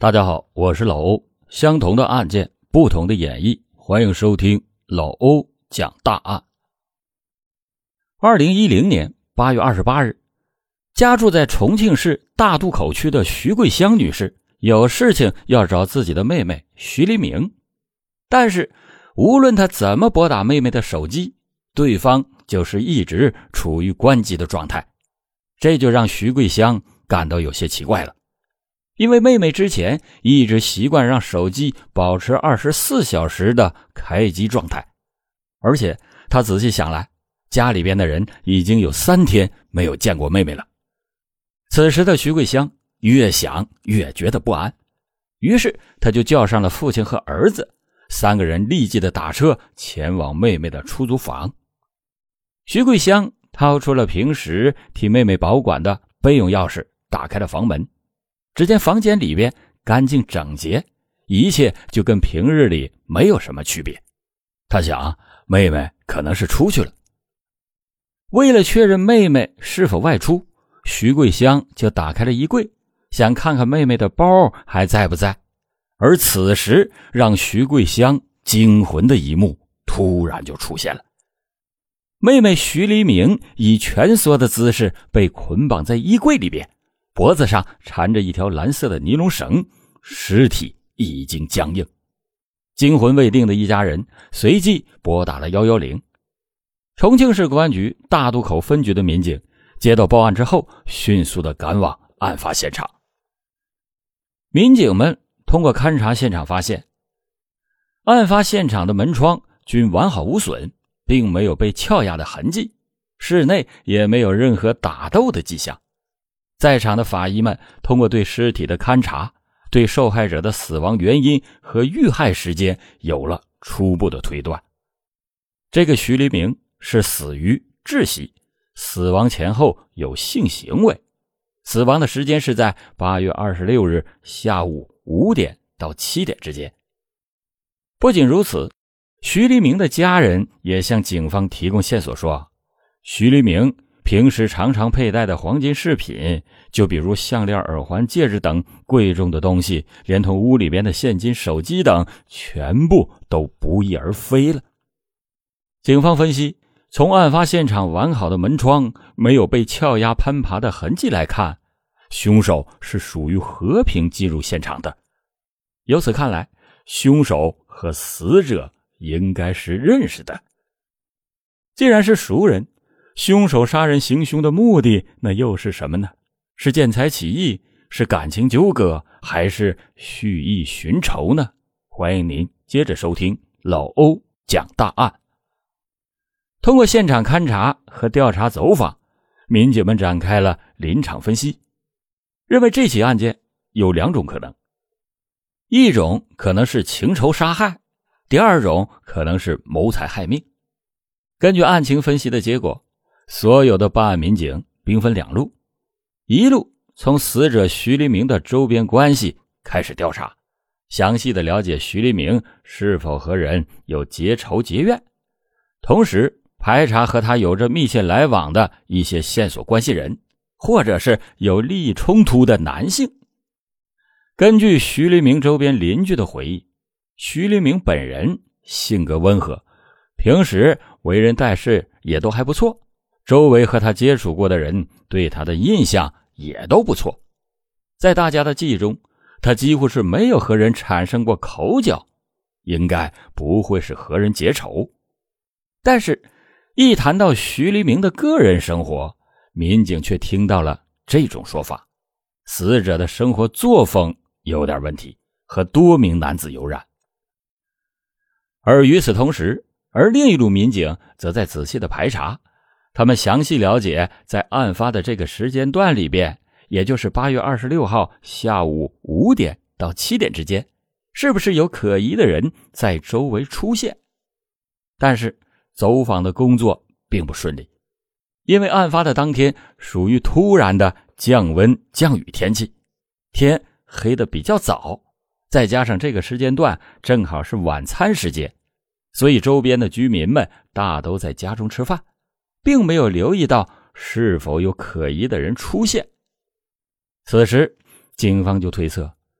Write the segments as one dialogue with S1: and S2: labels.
S1: 大家好，我是老欧，相同的案件，不同的演绎，欢迎收听老欧讲大案。2010年8月28日，家住在重庆市大渡口区的徐桂香女士有事情要找自己的妹妹徐黎明，但是无论她怎么拨打妹妹的手机，对方就是一直处于关机的状态，这就让徐桂香感到有些奇怪了。因为妹妹之前一直习惯让手机保持24小时的开机状态，而且她仔细想来，家里边的人已经有3天没有见过妹妹了。此时的徐桂香越想越觉得不安，于是她就叫上了父亲和儿子，3个人立即的打车前往妹妹的出租房。徐桂香掏出了平时替妹妹保管的备用钥匙，打开了房门。只见房间里边干净整洁，一切就跟平日里没有什么区别。他想，妹妹可能是出去了。为了确认妹妹是否外出，徐桂香就打开了衣柜，想看看妹妹的包还在不在。而此时让徐桂香惊魂的一幕突然就出现了。妹妹徐黎明以蜷缩的姿势被捆绑在衣柜里边，脖子上缠着一条蓝色的尼龙绳，尸体已经僵硬。惊魂未定的一家人随即拨打了110。重庆市公安局大渡口分局的民警接到报案之后，迅速的赶往案发现场。民警们通过勘查现场发现，案发现场的门窗均完好无损，并没有被撬压的痕迹，室内也没有任何打斗的迹象。在场的法医们通过对尸体的勘查，对受害者的死亡原因和遇害时间有了初步的推断。这个徐黎明是死于窒息，死亡前后有性行为，死亡的时间是在8月26日下午5点到7点之间。不仅如此，徐黎明的家人也向警方提供线索说，徐黎明平时常常佩戴的黄金饰品，就比如项链、耳环、戒指等贵重的东西，连同屋里边的现金、手机等，全部都不翼而飞了。警方分析，从案发现场完好的门窗没有被撬压攀爬的痕迹来看，凶手是属于和平进入现场的。由此看来，凶手和死者应该是认识的。既然是熟人，凶手杀人行凶的目的那又是什么呢？是见财起意，是感情纠葛，还是蓄意寻仇呢？欢迎您接着收听老欧讲大案。通过现场勘查和调查走访，民警们展开了临场分析，认为这起案件有2种可能。一种可能是情仇杀害，第二种可能是谋财害命。根据案情分析的结果，所有的办案民警兵分2路，一路从死者徐黎明的周边关系开始调查，详细的了解徐黎明是否和人有结仇结怨，同时排查和他有着密切来往的一些线索关系人，或者是有利益冲突的男性。根据徐黎明周边邻居的回忆，徐黎明本人性格温和，平时为人待事也都还不错，周围和他接触过的人对他的印象也都不错。在大家的记忆中，他几乎是没有和人产生过口角，应该不会是和人结仇。但是一谈到徐黎明的个人生活，民警却听到了这种说法，死者的生活作风有点问题，和多名男子有染。而与此同时，另一路民警则在仔细的排查，他们详细了解在案发的这个时间段里边，也就是8月26号下午5点到7点之间，是不是有可疑的人在周围出现。但是走访的工作并不顺利，因为案发的当天属于突然的降温降雨天气，天黑得比较早，再加上这个时间段正好是晚餐时间，所以周边的居民们大都在家中吃饭，并没有留意到是否有可疑的人出现。此时警方就推测，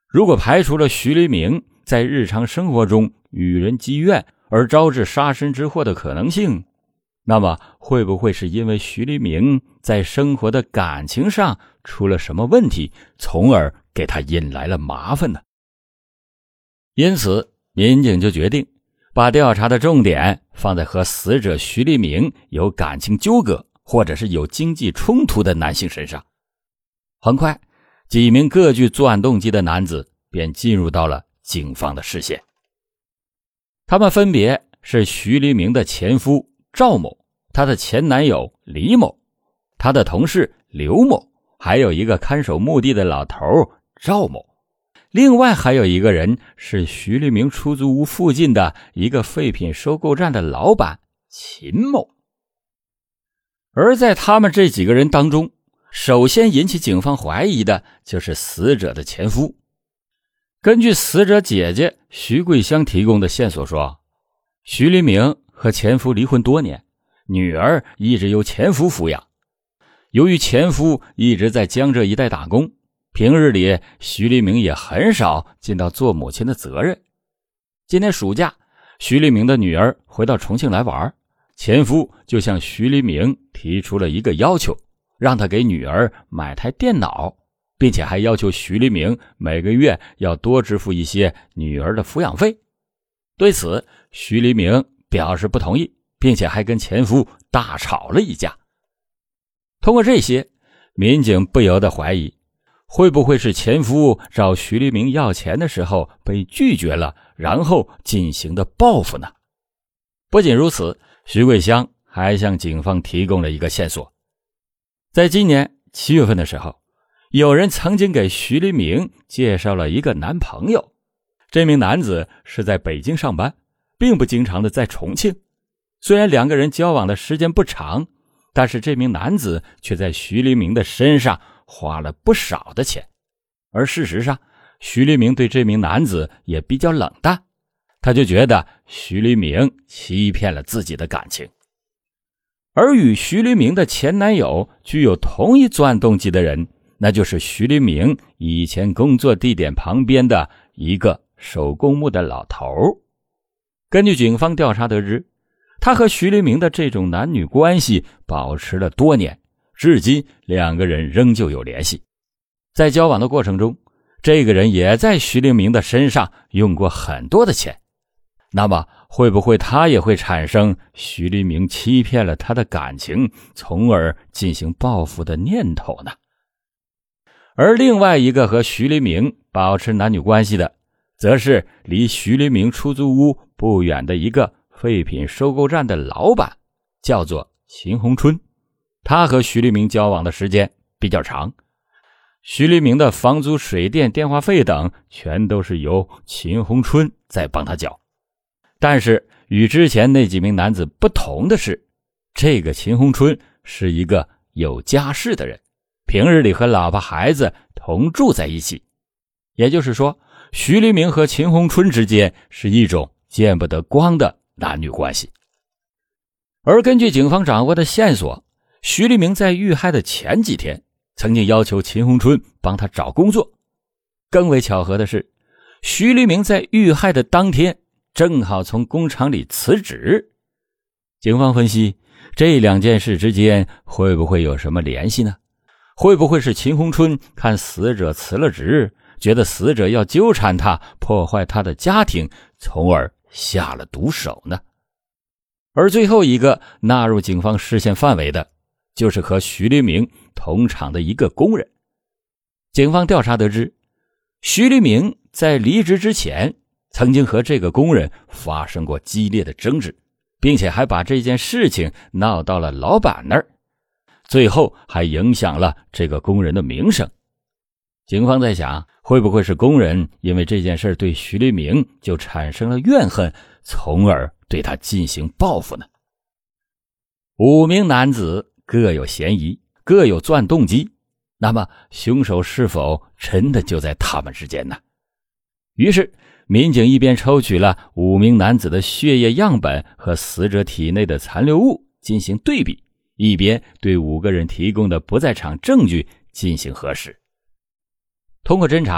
S1: 如果排除了徐黎明在日常生活中与人积怨而招致杀身之祸的可能性，那么会不会是因为徐黎明在生活的感情上出了什么问题，从而给他引来了麻烦呢？因此民警就决定把调查的重点放在和死者徐黎明有感情纠葛或者是有经济冲突的男性身上。很快，几名各具作案动机的男子便进入到了警方的视线。他们分别是徐黎明的前夫赵某，他的前男友李某，他的同事刘某，还有一个看守墓地的老头赵某。另外还有一个人是徐黎明出租屋附近的一个废品收购站的老板秦某。而在他们这几个人当中，首先引起警方怀疑的就是死者的前夫。根据死者姐姐徐桂香提供的线索说，徐黎明和前夫离婚多年，女儿一直由前夫抚养。由于前夫一直在江浙一带打工，平日里徐黎明也很少尽到做母亲的责任。今年暑假，徐黎明的女儿回到重庆来玩，前夫就向徐黎明提出了一个要求，让他给女儿买台电脑，并且还要求徐黎明每个月要多支付一些女儿的抚养费。对此，徐黎明表示不同意，并且还跟前夫大吵了一架。通过这些，民警不由得怀疑，会不会是前夫找徐黎明要钱的时候被拒绝了，然后进行的报复呢？不仅如此，徐桂香还向警方提供了一个线索。在今年7月份的时候，有人曾经给徐黎明介绍了一个男朋友，这名男子是在北京上班，并不经常的在重庆。虽然两个人交往的时间不长，但是这名男子却在徐黎明的身上花了不少的钱。而事实上，徐黎明对这名男子也比较冷淡，他就觉得徐黎明欺骗了自己的感情。而与徐黎明的前男友具有同一作案动机的人，那就是徐黎明以前工作地点旁边的一个守公墓的老头。根据警方调查得知，他和徐黎明的这种男女关系保持了多年，至今两个人仍旧有联系。在交往的过程中，这个人也在徐黎明的身上用过很多的钱。那么会不会他也会产生徐黎明欺骗了他的感情，从而进行报复的念头呢？而另外一个和徐黎明保持男女关系的，则是离徐黎明出租屋不远的一个废品收购站的老板，叫做秦红春。他和徐黎明交往的时间比较长，徐黎明的房租、水电、电话费等全都是由秦红春在帮他缴。但是与之前那几名男子不同的是，这个秦红春是一个有家室的人，平日里和老婆孩子同住在一起。也就是说，徐黎明和秦红春之间是一种见不得光的男女关系。而根据警方掌握的线索，徐黎明在遇害的前几天曾经要求秦红春帮他找工作。更为巧合的是，徐黎明在遇害的当天正好从工厂里辞职。警方分析，这两件事之间会不会有什么联系呢？会不会是秦红春看死者辞了职，觉得死者要纠缠他，破坏他的家庭，从而下了毒手呢？而最后一个纳入警方视线范围的，就是和徐黎明同厂的一个工人。警方调查得知，徐黎明在离职之前曾经和这个工人发生过激烈的争执，并且还把这件事情闹到了老板那儿，最后还影响了这个工人的名声。警方在想，会不会是工人因为这件事对徐黎明就产生了怨恨，从而对他进行报复呢？5名男子各有嫌疑，各有作案动机，那么凶手是否真的就在他们之间呢？于是民警一边抽取了5名男子的血液样本和死者体内的残留物进行对比，一边对5个人提供的不在场证据进行核实。通过侦查，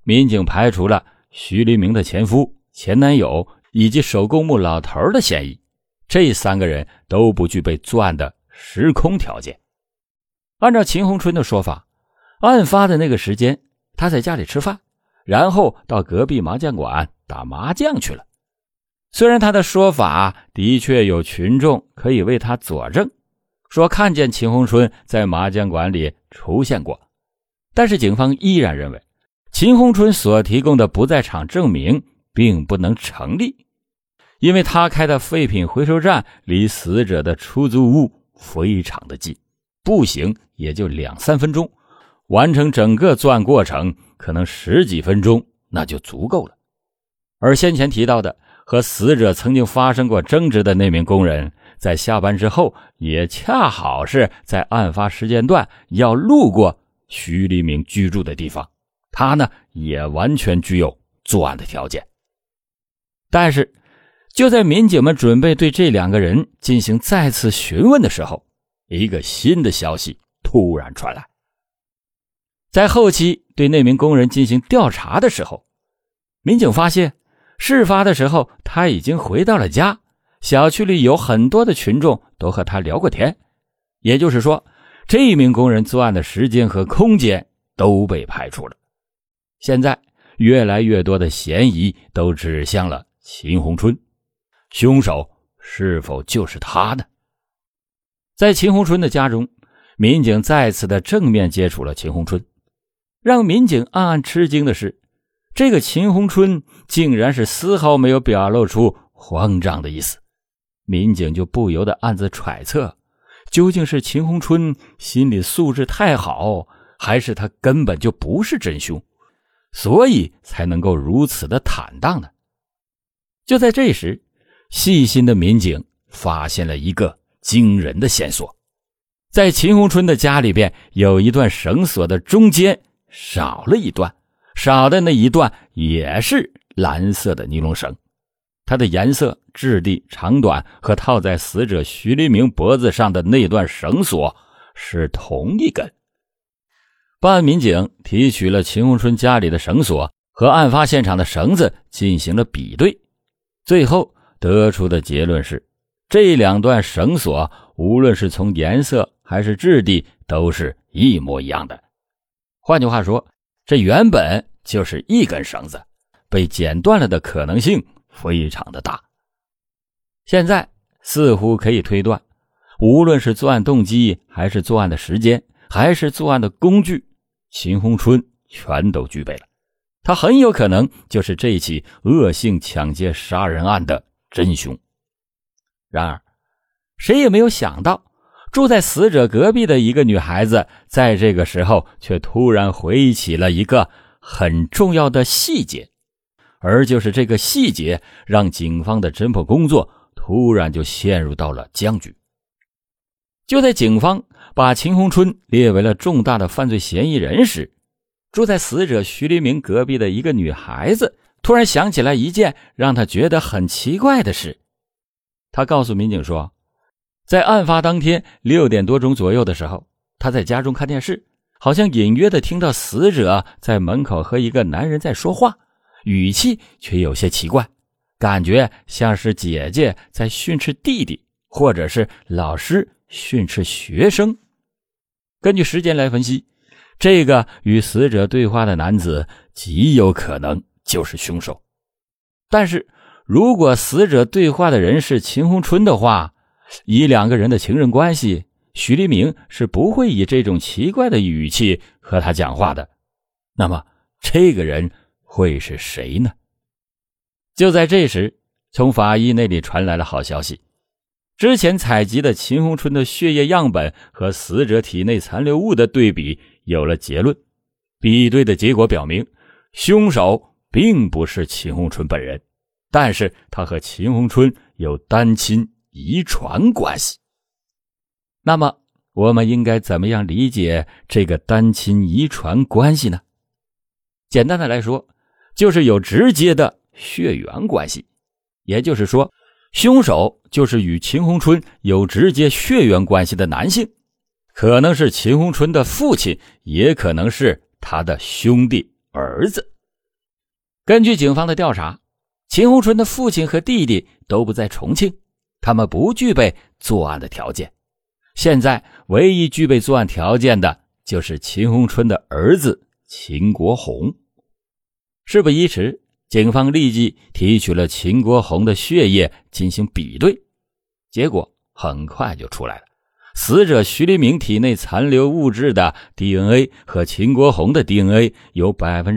S1: 民警排除了徐黎明的前夫、前男友以及手工木老头的嫌疑，这3个人都不具备作案的时空条件。按照秦红春的说法，案发的那个时间他在家里吃饭，然后到隔壁麻将馆打麻将去了。虽然他的说法的确有群众可以为他佐证，说看见秦红春在麻将馆里出现过，但是警方依然认为秦红春所提供的不在场证明并不能成立，因为他开的废品回收站离死者的出租屋非常的近，步行也就2-3分钟，完成整个作案过程可能10几分钟那就足够了。而先前提到的和死者曾经发生过争执的那名工人，在下班之后也恰好是在案发时间段要路过徐黎明居住的地方，他呢也完全具有作案的条件。但是就在民警们准备对这2个人进行再次询问的时候，一个新的消息突然传来。在后期对那名工人进行调查的时候，民警发现事发的时候他已经回到了家，小区里有很多的群众都和他聊过天，也就是说这名工人作案的时间和空间都被排除了。现在越来越多的嫌疑都指向了秦红春，凶手是否就是他呢？在秦红春的家中，民警再次的正面接触了秦红春。让民警暗暗吃惊的是，这个秦红春竟然是丝毫没有表露出慌张的意思。民警就不由得暗自揣测，究竟是秦红春心理素质太好，还是他根本就不是真凶，所以才能够如此的坦荡呢？就在这时，细心的民警发现了一个惊人的线索。在秦红春的家里边有一段绳索的中间少了一段，少的那一段也是蓝色的尼龙绳，它的颜色、质地、长短和套在死者徐黎明脖子上的那段绳索是同一根。办案民警提取了秦红春家里的绳索和案发现场的绳子进行了比对，最后得出的结论是，这2段绳索无论是从颜色还是质地都是一模一样的。换句话说，这原本就是一根绳子，被剪断了的可能性非常的大。现在似乎可以推断，无论是作案动机还是作案的时间还是作案的工具，秦红春全都具备了，他很有可能就是这起恶性抢劫杀人案的真凶。然而谁也没有想到，住在死者隔壁的一个女孩子在这个时候却突然回忆起了一个很重要的细节，而就是这个细节让警方的侦破工作突然就陷入到了僵局。就在警方把秦红春列为了重大的犯罪嫌疑人时，住在死者徐黎明隔壁的一个女孩子突然想起来一件让她觉得很奇怪的事。她告诉民警说，在案发当天6点多钟左右的时候，她在家中看电视，好像隐约的听到死者在门口和一个男人在说话，语气却有些奇怪，感觉像是姐姐在训斥弟弟，或者是老师训斥学生。根据时间来分析，这个与死者对话的男子极有可能就是凶手。但是如果死者对话的人是秦红春的话，以2个人的情人关系，徐黎明是不会以这种奇怪的语气和他讲话的。那么这个人会是谁呢？就在这时，从法医那里传来了好消息，之前采集的秦红春的血液样本和死者体内残留物的对比有了结论。比对的结果表明，凶手并不是秦红春本人，但是他和秦红春有单亲遗传关系。那么我们应该怎么样理解这个单亲遗传关系呢？简单的来说，就是有直接的血缘关系，也就是说，凶手就是与秦红春有直接血缘关系的男性，可能是秦红春的父亲，也可能是他的兄弟儿子。 根据警方的调查，秦红春的父亲和弟弟都不在重庆，他们不具备作案的条件。现在唯一具备作案条件的就是秦红春的儿子秦国红。事不宜迟，警方立即提取了秦国红的血液进行比对，结果很快就出来了。死者徐立明体内残留物质的 DNA 和秦国红的 DNA 有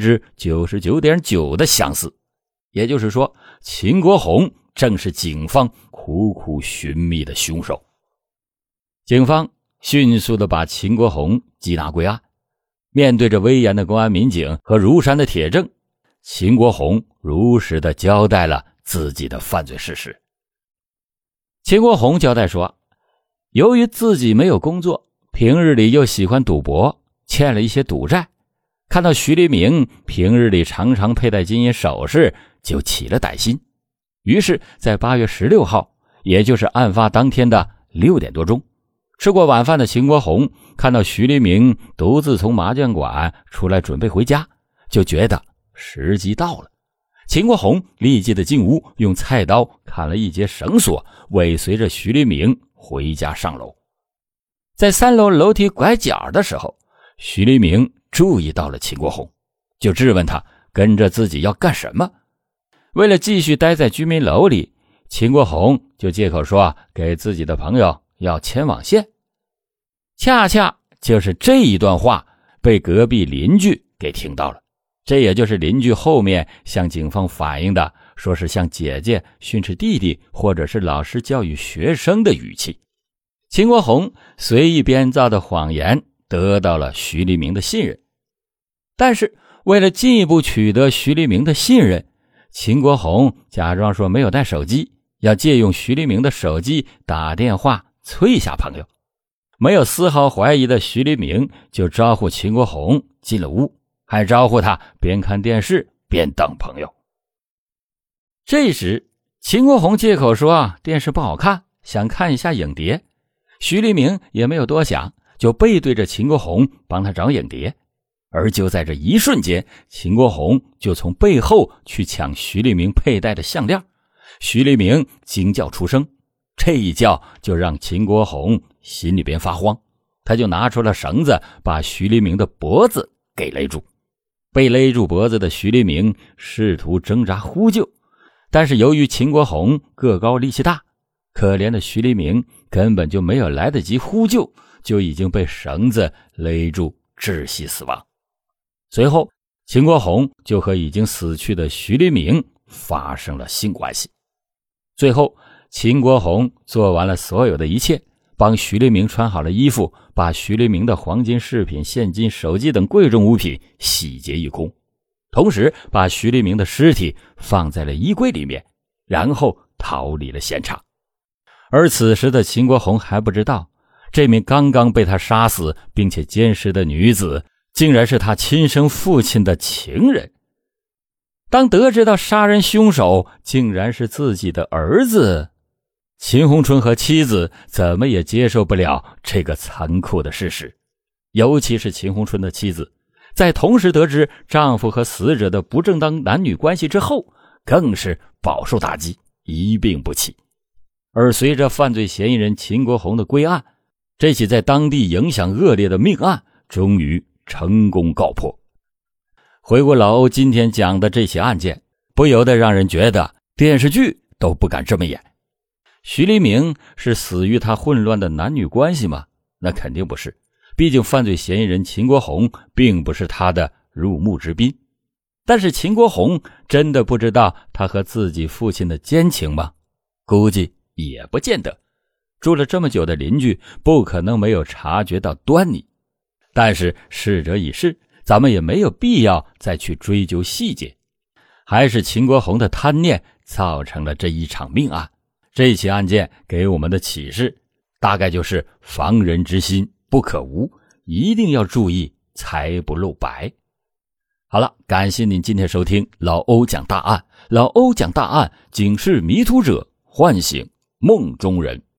S1: 99.9% 的相似，也就是说，秦国红正是警方苦苦寻觅的凶手。警方迅速地把秦国红缉拿归案。面对着威严的公安民警和如山的铁证，秦国红如实地交代了自己的犯罪事实。秦国红交代说，由于自己没有工作，平日里又喜欢赌博，欠了一些赌债，看到徐立明平日里常常佩戴金银首饰，就起了歹心。于是在8月16号，也就是案发当天的6点多钟，吃过晚饭的秦国红看到徐立明独自从麻将馆出来准备回家，就觉得时机到了。秦国红立即的进屋，用菜刀砍了一截绳索，尾随着徐立明回家上楼。在3楼楼梯拐角的时候，徐立明注意到了秦国红，就质问他跟着自己要干什么。为了继续待在居民楼里，秦国红就借口说给自己的朋友要牵网线。恰恰就是这一段话被隔壁邻居给听到了，这也就是邻居后面向警方反映的，说是向姐姐训斥弟弟，或者是老师教育学生的语气。秦国红随意编造的谎言得到了徐立明的信任，但是为了进一步取得徐立明的信任，秦国红假装说没有带手机，要借用徐立明的手机打电话催一下朋友。没有丝毫怀疑的徐立明就招呼秦国红进了屋，还招呼他边看电视边等朋友。这时秦国红借口说电视不好看，想看一下影碟。徐立明也没有多想，就背对着秦国红帮他找影碟。而就在这一瞬间，秦国红就从背后去抢徐立明佩戴的项链。徐立明惊叫出声，这一叫就让秦国红心里边发慌，他就拿出了绳子把徐立明的脖子给勒住。被勒住脖子的徐立明试图挣扎呼救，但是由于秦国红个高力气大，可怜的徐立明根本就没有来得及呼救，就已经被绳子勒住窒息死亡。随后秦国红就和已经死去的徐立明发生了性关系。最后秦国红做完了所有的一切，帮徐立明穿好了衣服，把徐立明的黄金饰品、现金、手机等贵重物品洗劫一空，同时把徐立明的尸体放在了衣柜里面，然后逃离了现场。而此时的秦国红还不知道，这名刚刚被他杀死并且奸尸的女子竟然是他亲生父亲的情人。当得知到杀人凶手竟然是自己的儿子，秦红春和妻子怎么也接受不了这个残酷的事实。尤其是秦红春的妻子，在同时得知丈夫和死者的不正当男女关系之后，更是饱受打击，一病不起。而随着犯罪嫌疑人秦国红的归案，这起在当地影响恶劣的命案终于成功告破。回顾老欧今天讲的这起案件，不由得让人觉得电视剧都不敢这么演。徐立明是死于他混乱的男女关系吗？那肯定不是，毕竟犯罪嫌疑人秦国红并不是他的入幕之宾。但是秦国红真的不知道他和自己父亲的奸情吗？估计也不见得。住了这么久的邻居不可能没有察觉到端倪。但是事者已逝，咱们也没有必要再去追究细节。还是秦国红的贪念造成了这一场命案。这起案件给我们的启示大概就是防人之心不可无，一定要注意财不露白。好了，感谢您今天收听老欧讲大案。老欧讲大案，警示迷途者，唤醒梦中人。